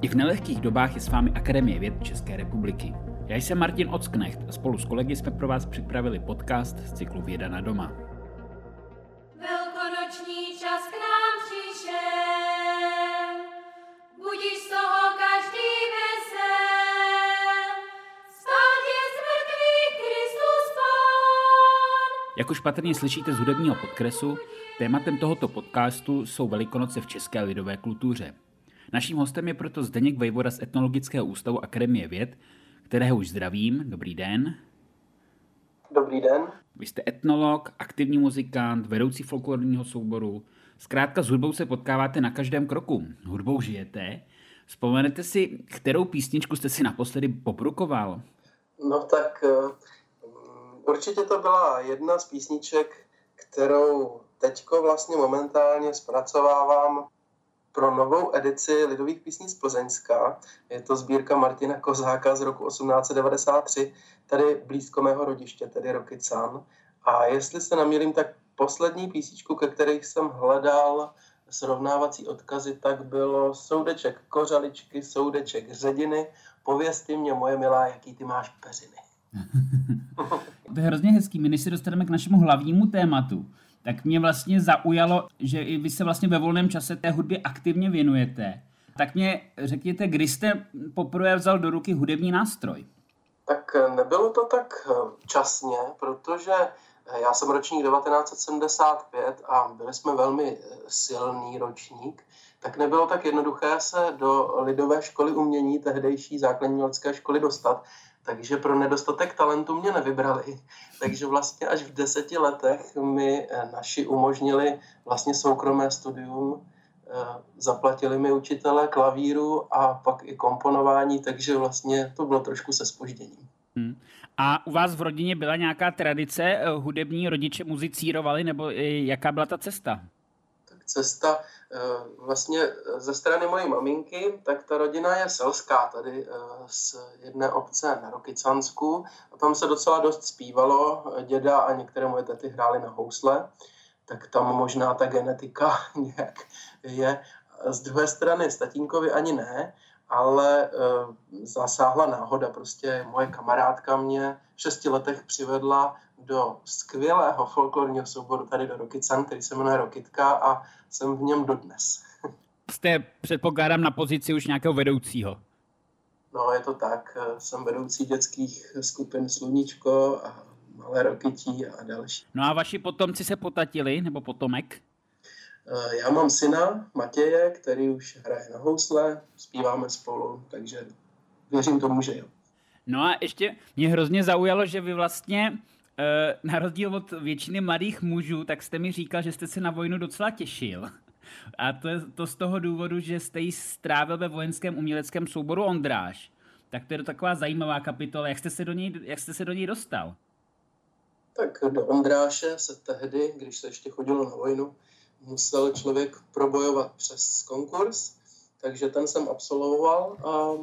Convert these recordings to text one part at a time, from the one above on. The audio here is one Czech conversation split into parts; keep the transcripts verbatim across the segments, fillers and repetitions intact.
I v nelehkých dobách je s vámi Akademie věd České republiky. Já jsem Martin Ocknecht a spolu s kolegy jsme pro vás připravili podcast z cyklu Věda na doma. Velkonoční čas k nám přišel, budíš z toho každý vesel, stát je z mrtvých Kristus Pán. Jak už patrně slyšíte z hudebního podkresu, tématem tohoto podcastu jsou Velikonoce v české lidové kultuře. Naším hostem je proto Zdeněk Vejvoda z Etnologického ústavu Akademie věd, kterého už zdravím. Dobrý den. Dobrý den. Vy jste etnolog, aktivní muzikant, vedoucí folklorního souboru. Zkrátka s hudbou se potkáváte na každém kroku. Hudbou žijete. Vzpomenete si, kterou písničku jste si naposledy poprukoval? No tak určitě to byla jedna z písniček, kterou teďko vlastně momentálně zpracovávám pro novou edici lidových písní z Plzeňska. Je to sbírka Martina Kozáka z roku osmnáct set devadesát tři, tady blízko mého rodiště, tedy Rokycan. A jestli se nemýlím, tak poslední písničku, ke kterých jsem hledal srovnávací odkazy, tak bylo Soudeček kořaličky, soudeček řediny, povězty mě moje milá, jaký ty máš peřiny. To je hrozně hezký, my než se dostaneme k našemu hlavnímu tématu, tak mě vlastně zaujalo, že i vy se vlastně ve volném čase té hudbě aktivně věnujete. Tak mě řekněte, kdy jste poprvé vzal do ruky hudební nástroj? Tak nebylo to tak časně, protože já jsem ročník devatenáct set sedmdesát pět a byli jsme velmi silný ročník, tak nebylo tak jednoduché se do lidové školy umění, tehdejší základní umělecké školy dostat. Takže pro nedostatek talentu mě nevybrali. Takže vlastně až v deseti letech mi naši umožnili vlastně soukromé studium, zaplatili mi učitele klavíru a pak i komponování, takže vlastně to bylo trošku se zpožděním. Hmm. A u vás v rodině byla nějaká tradice hudební, rodiče muzicírovali, nebo jaká byla ta cesta? Tak cesta vlastně ze strany mojí maminky, tak ta rodina je selská tady z jedné obce na Rokycansku a tam se docela dost zpívalo, děda a některé moje tety hrály na housle, tak tam možná ta genetika nějak je. Z druhé strany s tatínkovi ani ne, ale zasáhla náhoda, prostě moje kamarádka mě v šesti letech přivedla do skvělého folklorního souboru tady do Rokycan, který se jmenuje Rokytka a jsem v něm dodnes. Jste, předpokládám, na pozici už nějakého vedoucího. No, je to tak. Jsem vedoucí dětských skupin Sluníčko a Malé Rokytí a další. No a vaši potomci se potatili, nebo potomek? Já mám syna Matěje, který už hraje na housle, zpíváme spolu, takže věřím tomu, že jo. No a ještě mě hrozně zaujalo, že vy vlastně na rozdíl od většiny mladých mužů, tak jste mi říkal, že jste se na vojnu docela těšil. A to je to z toho důvodu, že jste ji strávil ve vojenském uměleckém souboru Ondráš. Tak to je taková zajímavá kapitola. Jak jste se do něj, jak jste se do něj dostal? Tak do Ondráše se tehdy, když se ještě chodilo na vojnu, musel člověk probojovat přes konkurs, takže ten jsem absolvoval a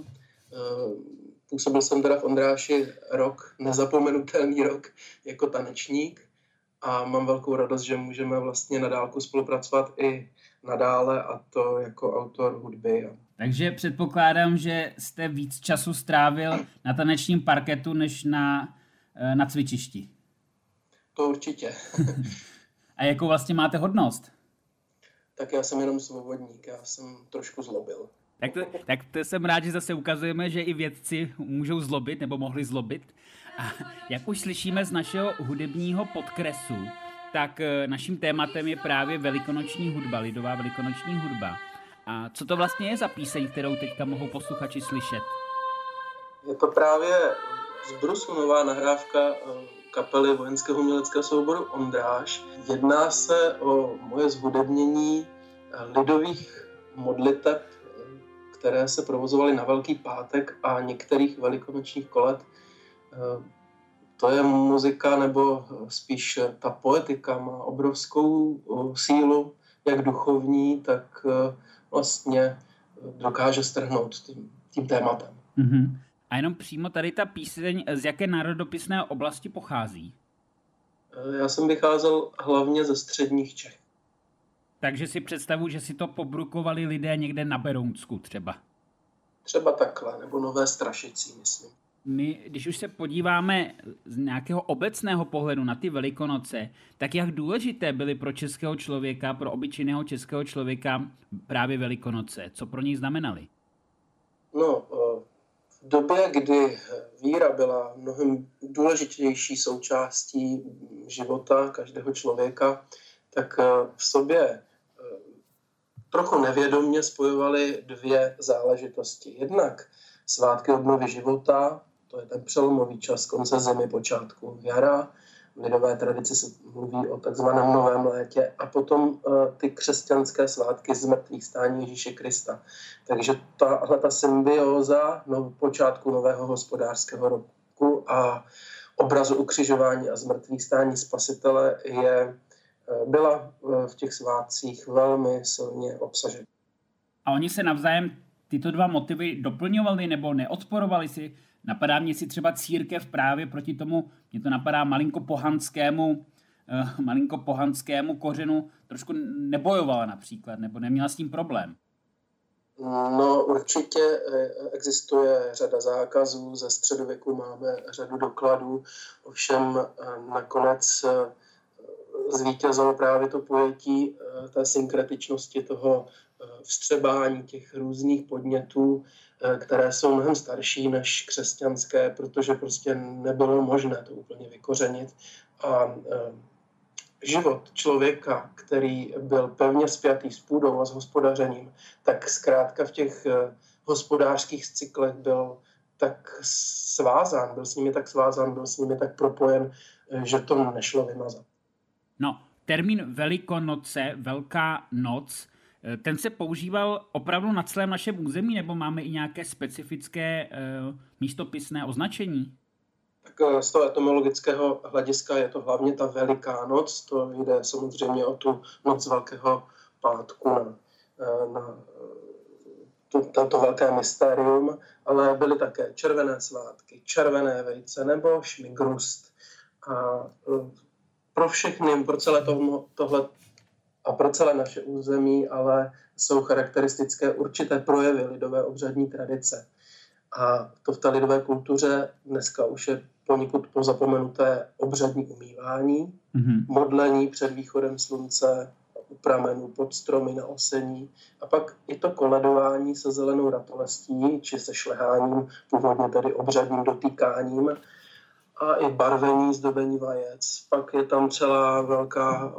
e, působil jsem teda v Ondráši rok, nezapomenutelný rok jako tanečník a mám velkou radost, že můžeme vlastně na dálku spolupracovat i nadále a to jako autor hudby. Takže předpokládám, že jste víc času strávil na tanečním parketu, než na, na cvičišti. To určitě. A jakou vlastně máte hodnost? Tak já jsem jenom svobodník, já jsem trošku zlobil. Tak to, tak to jsem rád, že zase ukazujeme, že i vědci můžou zlobit, nebo mohli zlobit. A jak už slyšíme z našeho hudebního podkresu, tak naším tématem je právě velikonoční hudba, lidová velikonoční hudba. A co to vlastně je za píseň, kterou teďka mohou posluchači slyšet? Je to právě z Brusu nová nahrávka kapely vojenského uměleckého souboru Ondráš. Jedná se o moje zhudebnění lidových modliteb, které se provozovaly na Velký pátek a některých velikonočních kolet. To je muzika, nebo spíš ta poetika má obrovskou sílu, jak duchovní, tak vlastně dokáže strhnout tím, tím tématem. Mm-hmm. A jenom přímo tady ta píseň, z jaké národopisné oblasti pochází? Já jsem vycházel hlavně ze středních Čech. Takže si představuji, že si to pobrukovali lidé někde na Berounsku třeba. Třeba takhle, nebo Nové Strašicí, myslím. My, když už se podíváme z nějakého obecného pohledu na ty Velikonoce, tak jak důležité byly pro českého člověka, pro obyčejného českého člověka právě Velikonoce? Co pro něj znamenaly? No, v době, kdy víra byla mnohem důležitější součástí života každého člověka, tak v sobě trochu nevědomně spojovaly dvě záležitosti. Jednak svátky obnovy života, to je ten přelomový čas konce zimy, počátku jara. V lidové tradici se mluví o takzvaném novém létě. A potom uh, ty křesťanské svátky zmrtvých stání Ježíše Krista. Takže tahle ta symbióza no, počátku nového hospodářského roku a obrazu ukřižování a zmrtvých stání Spasitele je, uh, byla uh, v těch svátcích velmi silně obsažena. A oni se navzájem tyto dva motivy doplňovaly nebo neodporovaly si? Napadá mě si třeba církev právě proti tomu, mě to napadá malinko pohanskému, uh, malinko pohanskému kořenu, trošku nebojovala například, nebo neměla s tím problém. No určitě existuje řada zákazů, ze středověku máme řadu dokladů, ovšem nakonec zvítězilo právě to pojetí té synkretičnosti, toho vstřebání těch různých podnětů, které jsou mnohem starší než křesťanské, protože prostě nebylo možné to úplně vykořenit. A život člověka, který byl pevně spjatý s půdou a s hospodařením, tak zkrátka v těch hospodářských cyklech byl tak svázán, byl s nimi tak svázán, byl s nimi tak propojen, že to nešlo vymazat. No, termín Velikonoce, Velká noc, ten se používal opravdu na celém našem území, nebo máme i nějaké specifické uh, místopisné označení? Tak z toho etymologického hlediska je to hlavně ta Veliká noc, to jde samozřejmě o tu noc Velkého pátku na, na to, to velké mystérium, ale byly také červené svátky, červené vejce nebo šmigrust. A pro všechny, pro celé tohle, tohle a pro celé naše území, ale jsou charakteristické určité projevy lidové obřadní tradice. A to v té lidové kultuře dneska už je poněkud pozapomenuté obřadní umývání, mm-hmm. modlení před východem slunce, u pramenů, pod stromy, na osení. A pak i to koledování se zelenou ratolestí, či se šleháním, původně tedy obřadním dotýkáním, a i barvení, zdobení vajec. Pak je tam celá velká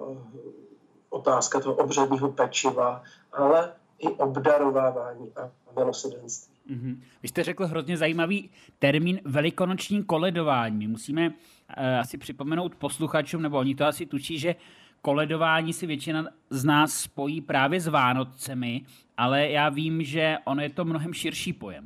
otázka toho obřadního pečiva, ale i obdarovávání a milosrdenství. Mm-hmm. Vy jste řekl hrozně zajímavý termín velikonoční koledování. My musíme uh, asi připomenout posluchačům, nebo oni to asi tuší, že koledování si většina z nás spojí právě s Vánocemi, ale já vím, že ono je to mnohem širší pojem.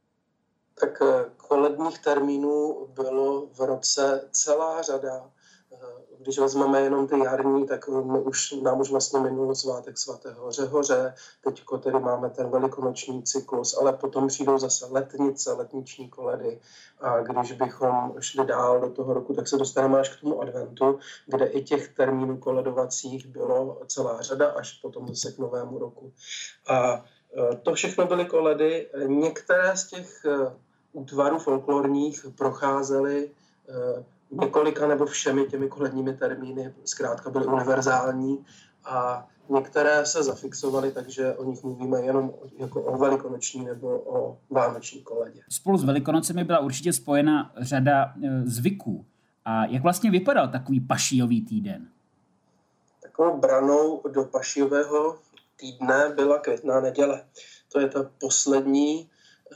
Tak koledních termínů bylo v roce celá řada. Když vezmeme jenom ty jarní, tak už, nám už vlastně minulo svátek svatého Řehoře, teď tedy máme ten velikonoční cyklus, ale potom přijdou zase letnice, letniční koledy. A když bychom šli dál do toho roku, tak se dostaneme až k tomu adventu, kde i těch termínů koledovacích bylo celá řada, až potom zase k novému roku. A to všechno byly koledy. Některé z těch útvarů folklorních procházely několika nebo všemi těmi koledními termíny, zkrátka byly univerzální, a některé se zafixovaly, takže o nich mluvíme jenom jako o velikonoční nebo o vánoční koledě. Spolu s Velikonocemi byla určitě spojena řada zvyků. A jak vlastně vypadal takový pašijový týden? Takovou branou do pašijového týdne byla Květná neděle. To je ta poslední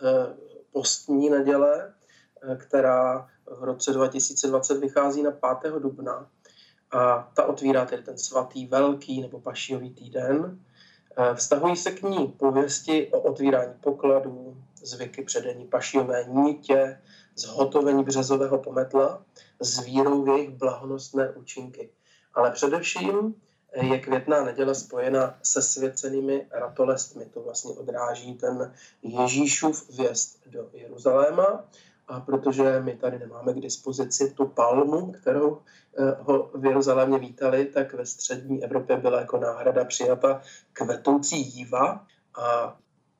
postní neděle, která v roce dva tisíce dvacet vychází na pátého dubna, a ta otvírá tedy ten svatý velký nebo pašijový týden. Vztahují se k ní pověsti o otvírání pokladů, zvyky předení pašijové nitě, zhotovení březového pometla s vírou v jejich blahonosné účinky. Ale především je Květná neděle spojena se svěcenými ratolestmi. To vlastně odráží ten Ježíšův vjezd do Jeruzaléma. A protože my tady nemáme k dispozici tu palmu, kterou ho v Jeruzalémě vítali, tak ve střední Evropě byla jako náhrada přijata kvetoucí jíva. A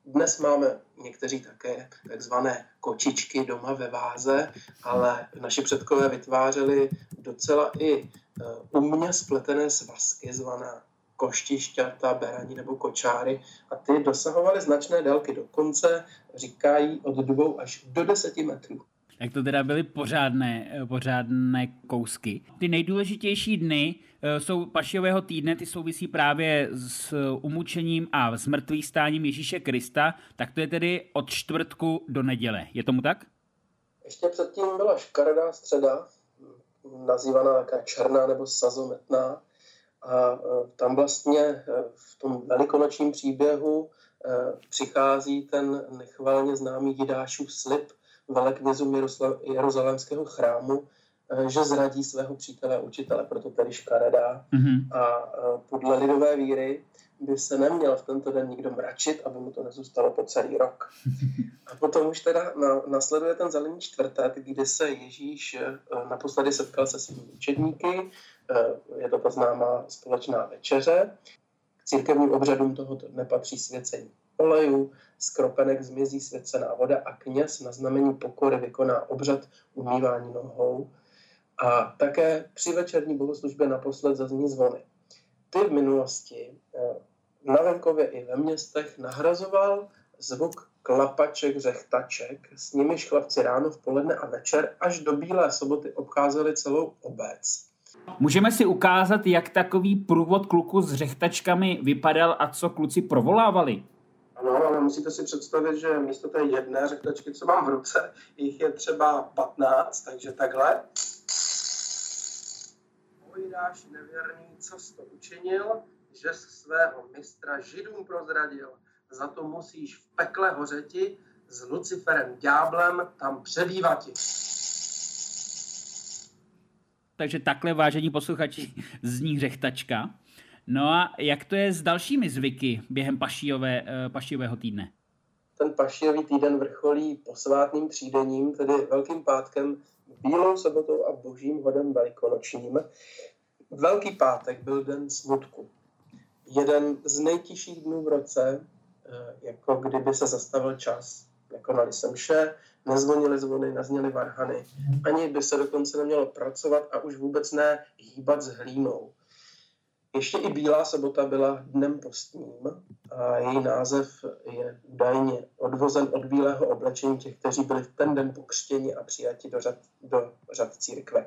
Dnes máme někteří také takzvané kočičky doma ve váze, ale naši předkové vytvářeli docela i umě spletené svazky zvané koštišťata, berani nebo kočáry a ty dosahovaly značné délky, dokonce říkají od dvou až do deseti metrů. Jak to teda byly pořádné, pořádné kousky. Ty nejdůležitější dny jsou Pašijového týdne, ty souvisí právě s umučením a s mrtvýchvstáním Ježíše Krista, tak to je tedy od čtvrtku do neděle. Je tomu tak? Ještě předtím byla škaredá středa, nazývaná také černá nebo sazometná. A tam vlastně v tom velikonočním příběhu přichází ten nechvalně známý Jidášův slib veleknězům Jeruzalémského chrámu, že zradí svého přítele a učitele, proto tedy škaredá. Mm-hmm. A podle lidové víry by se neměl v tento den nikdo mračit, aby mu to nezůstalo po celý rok. A potom už teda nasleduje ten zelený čtvrtek, kdy se Ježíš naposledy setkal se svými učedníky, je to ta známá společná večeře. K církevním obřadům tohoto dne patří svěcení oleju, z kropenek zmizí svěcená voda a kněz na znamení pokory vykoná obřad umývání nohou. A také při večerní bohoslužbě naposled zazní zvony. Ty v minulosti na venkově i ve městech nahrazoval zvuk klapaček, řechtaček, s nimiž chlapci ráno, v poledne a večer až do Bílé soboty obcházeli celou obec. Můžeme si ukázat, jak takový průvod kluku s řechtačkami vypadal a co kluci provolávali? Ano, ale musíte si představit, že místo té jedné řechtačky, co mám v ruce, jich je třeba patnáct, takže takhle. Jidáš nevěrný, co jsi to učinil, že svého mistra Židům prozradil. Za to musíš v pekle hořeti s Luciferem ďáblem tam přebývati. Takže takhle, vážení posluchači, zní řechtačka. No a jak to je s dalšími zvyky během Pašijové, Pašijového týdne? Ten Pašijový týden vrcholí posvátným třídením, tedy Velkým pátkem, Bílou sobotou a Božím hodem velikonočním. Velký pátek byl den smutku. Jeden z nejtižších dnů v roce, jako kdyby se zastavil čas. Nekonali se mše, nezvonily zvony, nezněly varhany. Ani by se dokonce nemělo pracovat a už vůbec ne hýbat s hlínou. Ještě i Bílá sobota byla dnem postním a její název je údajně odvozen od bílého oblečení těch, kteří byli v ten den pokřtěni a přijati do řad, do řad církve.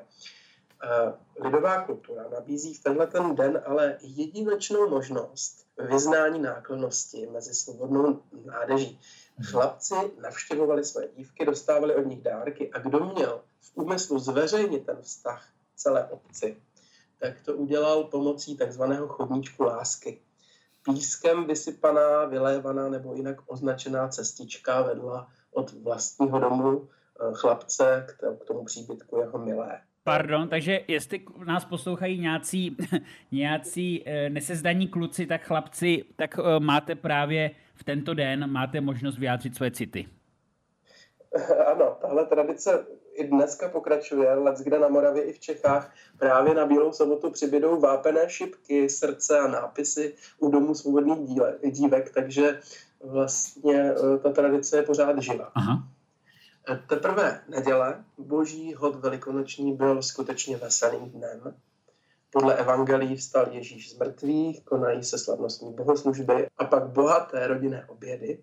Lidová kultura nabízí v tenhle ten den ale jedinečnou možnost vyznání náklonnosti mezi svobodnou mládeží. Chlapci navštěvovali své dívky, dostávali od nich dárky a kdo měl v úmyslu zveřejnit ten vztah celé obci, tak to udělal pomocí takzvaného chodníčku lásky. Pískem vysypaná, vylévaná nebo jinak označená cestička vedla od vlastního domu chlapce k tomu příbytku jeho milé. Pardon, takže jestli nás poslouchají nějací, nějací nesezdaní kluci, tak chlapci, tak máte právě v tento den máte možnost vyjádřit své city. Ano, tahle tradice i dneska pokračuje, leckde na Moravě i v Čechách. Právě na Bílou sobotu přibydou vápené šipky, srdce a nápisy u domů svobodných díle, dívek, takže vlastně ta tradice je pořád živá. Aha. Teprve neděle, Boží hod velikonoční, byl skutečně veselým dnem. Podle evangelií vstal Ježíš z mrtvých, konají se slavnostní bohoslužby a pak bohaté rodinné obědy.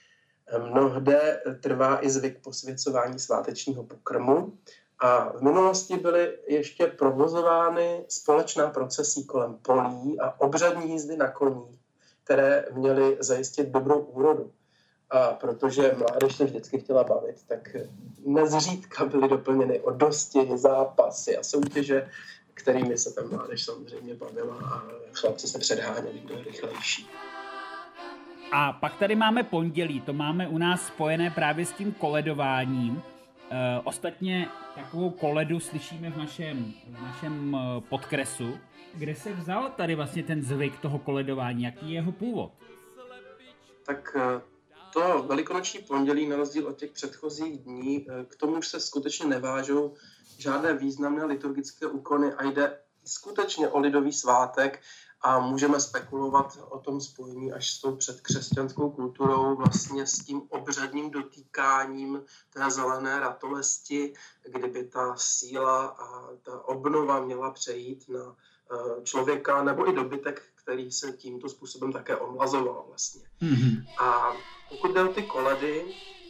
Mnohde trvá i zvyk posvěcování svátečního pokrmu a v minulosti byly ještě provozovány společná procesí kolem polí a obřadní jízdy na koních, které měly zajistit dobrou úrodu. A protože mládež se vždycky chtěla bavit, tak nezřídka byly doplněny o dostihy, zápasy a soutěže, kterými se ta mládež samozřejmě bavila a chlapci se předháněli, kdo je rychlejší. A pak tady máme pondělí, to máme u nás spojené právě s tím koledováním. E, ostatně takovou koledu slyšíme v našem, v našem podkresu. Kde se vzal tady vlastně ten zvyk toho koledování? Jaký je jeho původ? Tak to velikonoční pondělí, na rozdíl od těch předchozích dní, k tomu už se skutečně nevážou žádné významné liturgické úkony a jde skutečně o lidový svátek a můžeme spekulovat o tom spojení až s tou předkřesťanskou kulturou, vlastně s tím obřadním dotýkáním té zelené ratolesti, kdyby ta síla a ta obnova měla přejít na člověka nebo i dobytek, který se tímto způsobem také omlazoval vlastně. Mm-hmm. A pokud jde o ty koledy,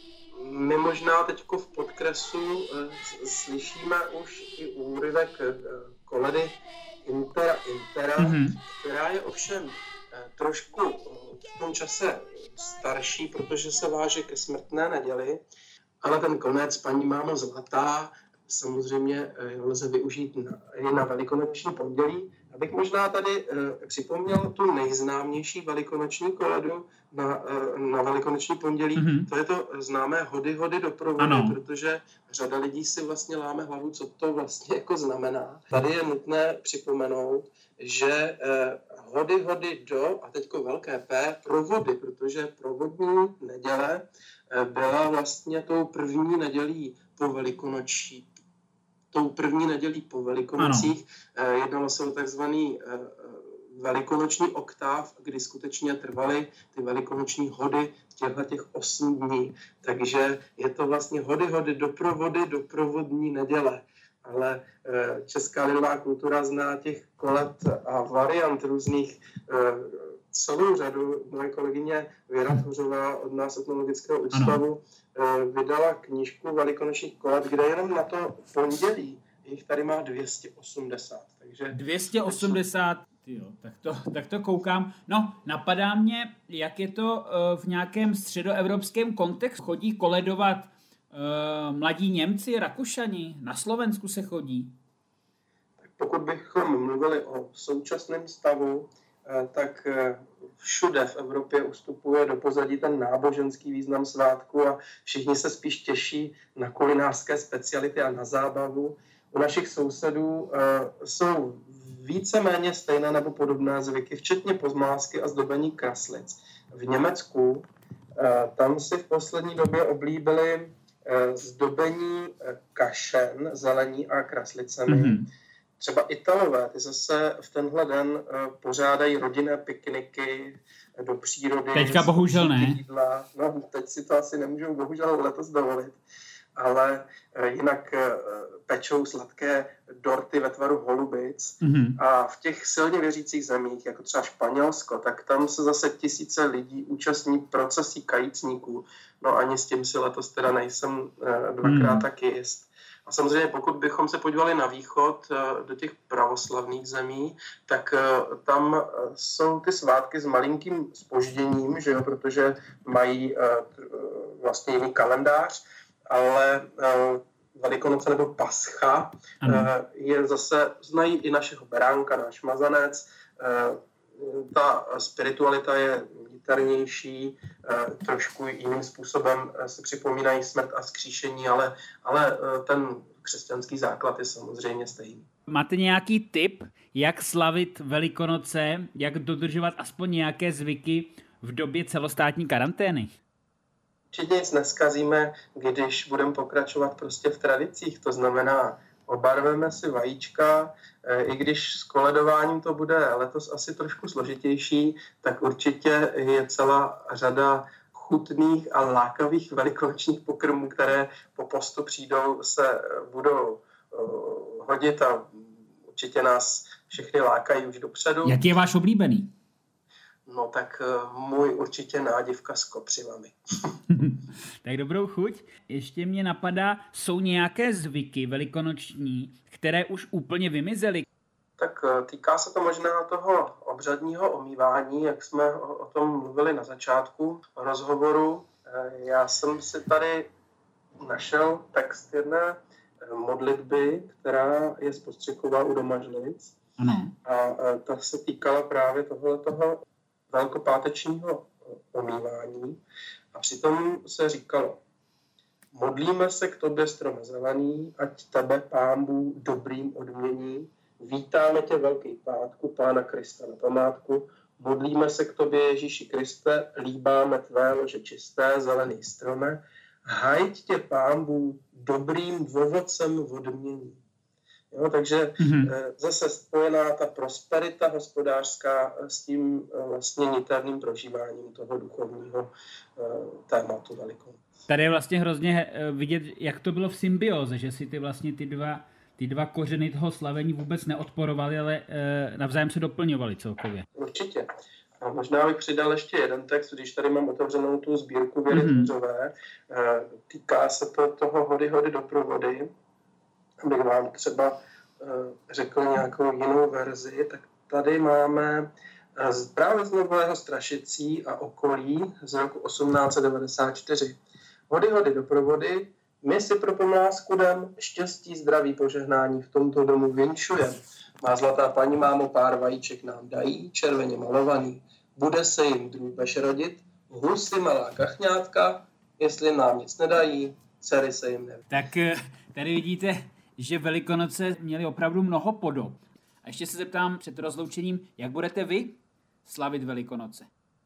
my možná teďko v podkresu slyšíme už i úryvek koledy Intera Intera, mm-hmm. která je ovšem trošku v tom čase starší, protože se váže ke smrtné neděli, ale ten konec Paní mámo zlatá samozřejmě lze využít na, i na velikonoční pondělí. Abych možná tady eh, připomněl tu nejznámější velikonoční koledu na, eh, na velikonoční pondělí. Mm-hmm. To je to známé hody, hody do provody, protože řada lidí si vlastně láme hlavu, co to vlastně jako znamená. Tady je nutné připomenout, že eh, hody, hody do, a teďko velké P, provody, protože provodní neděle eh, byla vlastně tou první nedělí po velikonoční tou první nedělí po Velikonocích. Ano. Jednalo se o takzvaný velikonoční oktáv, kdy skutečně trvaly ty velikonoční hody těchto těch osm dní. Takže je to vlastně hody, hody, doprovody, doprovodní neděle. Ale česká lidová kultura zná těch kolet a variant různých celou řadu. Moje kolegyně Věra Tvořová od nás etnologického ústavu ano. vydala knížku velikonočních koled, kde jenom na to pondělí jich tady má dvě stě osmdesát. Takže dvě stě osmdesát, tyjo, tak to, tak to koukám. No, napadá mě, jak je to v nějakém středoevropském kontextu. Chodí koledovat uh, mladí Němci, Rakušani, na Slovensku se chodí. Tak pokud bychom mluvili o současném stavu, tak všude v Evropě ustupuje do pozadí ten náboženský význam svátku a všichni se spíš těší na kulinářské speciality a na zábavu. U našich sousedů uh, jsou víceméně stejné nebo podobné zvyky, včetně pozmázky a zdobení kraslic. V Německu uh, tam si v poslední době oblíbili uh, zdobení kašen, zelení a kraslicemi. Mm-hmm. Třeba Italové, ty zase v tenhle den uh, pořádají rodinné pikniky do přírody. Teďka bohužel ne. Jídla. No, teď si to asi nemůžou bohužel letos dovolit. Ale uh, jinak uh, pečou sladké dorty ve tvaru holubic. Mm-hmm. A v těch silně věřících zemích, jako třeba Španělsko, tak tam se zase tisíce lidí účastní procesí kajícníků. No ani s tím si letos teda nejsem uh, dvakrát mm. taky jist. A samozřejmě pokud bychom se podívali na východ, do těch pravoslavných zemí, tak tam jsou ty svátky s malinkým zpožděním, že jo, protože mají vlastně jiný kalendář, ale Velikonoce nebo Pascha ano. je zase, znají i našeho beránka, náš mazanec. Ta spiritualita je niternější, trošku jiným způsobem se připomínají smrt a vzkříšení, ale, ale ten křesťanský základ je samozřejmě stejný. Máte nějaký tip, jak slavit Velikonoce, jak dodržovat aspoň nějaké zvyky v době celostátní karantény? Určitě nic neskazíme, když budeme pokračovat prostě v tradicích, to znamená obarveme si vajíčka, i když s koledováním to bude letos asi trošku složitější, tak určitě je celá řada chutných a lákavých velikonočních pokrmů, které po postu přijdou, se budou uh, hodit a určitě nás všechny lákají už dopředu. Jaký je váš oblíbený? No tak uh, můj určitě nádivka s kopřivami. Tak dobrou chuť. Ještě mě napadá, jsou nějaké zvyky velikonoční, které už úplně vymizely? Tak uh, týká se to možná toho obřadního omývání, jak jsme o, o tom mluvili na začátku rozhovoru. Uh, já jsem si tady našel text jedné modlitby, která je z Postřikova u Domažlic. Ano. A uh, ta se týkala právě tohoto velkopátečního omývání. A přitom se říkalo, modlíme se k tobě, strome zelený, ať tebe, Pán Bůh, dobrým odmění. Vítáme tě, Velký pátku, Pána Krista na památku. Modlíme se k tobě, Ježíši Kriste, líbáme tvé lože čisté, zelený strome. Hajď tě, Pán Bůh, dobrým ovocem odmění. Jo, takže mm-hmm. zase spojená ta prosperita hospodářská s tím vlastně niterným prožíváním toho duchovního tématu Velikonoc. Tady je vlastně hrozně vidět, jak to bylo v symbioze, že si ty vlastně ty dva, ty dva kořeny toho slavení vůbec neodporovaly, ale navzájem se doplňovaly celkově. Určitě. A možná bych přidal ještě jeden text, když tady mám otevřenou tu sbírku Věry Tůřové. Mm-hmm. Týká se to toho hody, hody doprovody. Abych vám třeba řekl nějakou jinou verzi, tak tady máme právě z Nového Strašicí a okolí z roku osmnáct set devadesát čtyři. Hody, hody doprovody, my si pro pomlásku dem, štěstí, zdraví, požehnání v tomto domu vinšujem. Má zlatá paní, mámo, pár vajíček nám dají, červeně malovaný. Bude se jim drůbež rodit, husy, malá kachňátka, jestli nám nic nedají, dcery se jim neví. Tak tady vidíte, že Velikonoce měly opravdu mnoho podob. A ještě se zeptám před rozloučením, jak budete vy slavit Velikonoce?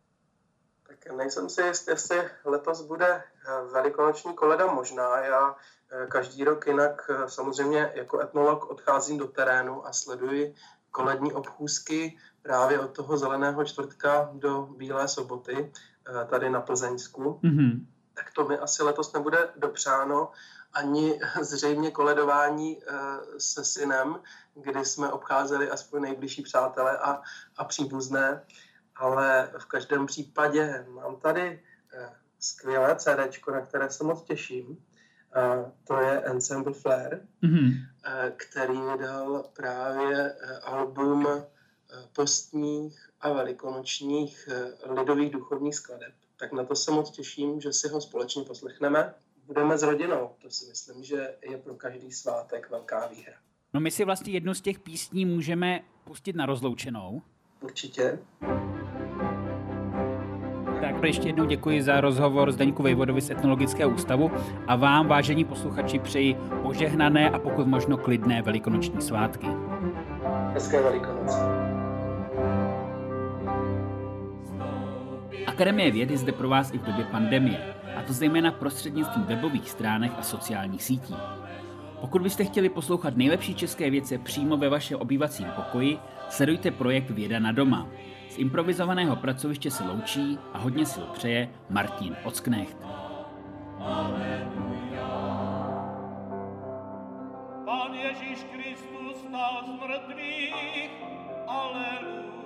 Tak nejsem si jist, jestli letos bude velikonoční koleda možná. Já každý rok jinak samozřejmě jako etnolog odcházím do terénu a sleduji kolední obchůzky právě od toho zeleného čtvrtka do Bílé soboty tady na Plzeňsku. Mm-hmm. Tak to mi asi letos nebude dopřáno, ani zřejmě koledování se synem, kdy jsme obcházeli aspoň nejbližší přátelé a, a příbuzné, ale v každém případě mám tady skvělé cédéčko, na které se moc těším. To je Ensemble Flair, mm-hmm. který vydal právě album postních a velikonočních lidových duchovních skladeb. Tak na to se moc těším, že si ho společně poslechneme. Budeme s rodinou, to si myslím, že je pro každý svátek velká výhra. No my si vlastně jednu z těch písní můžeme pustit na rozloučenou. Určitě. Tak ještě jednou děkuji za rozhovor Zdeňku Vejvodovi z Etnologického ústavu a vám, vážení posluchači, přeji požehnané a pokud možno klidné velikonoční svátky. Hezké Velikonoce. Akademie věd je zde pro vás i v době pandemie, a to zejména prostřednictvím webových stránek a sociálních sítí. Pokud byste chtěli poslouchat nejlepší české věce přímo ve vašem obývacím pokoji, sledujte projekt Věda na doma. Z improvizovaného pracoviště se loučí a hodně sil přeje Martin Ocknecht. Pán Ježíš Kristus stal z mrtvých, aleluja.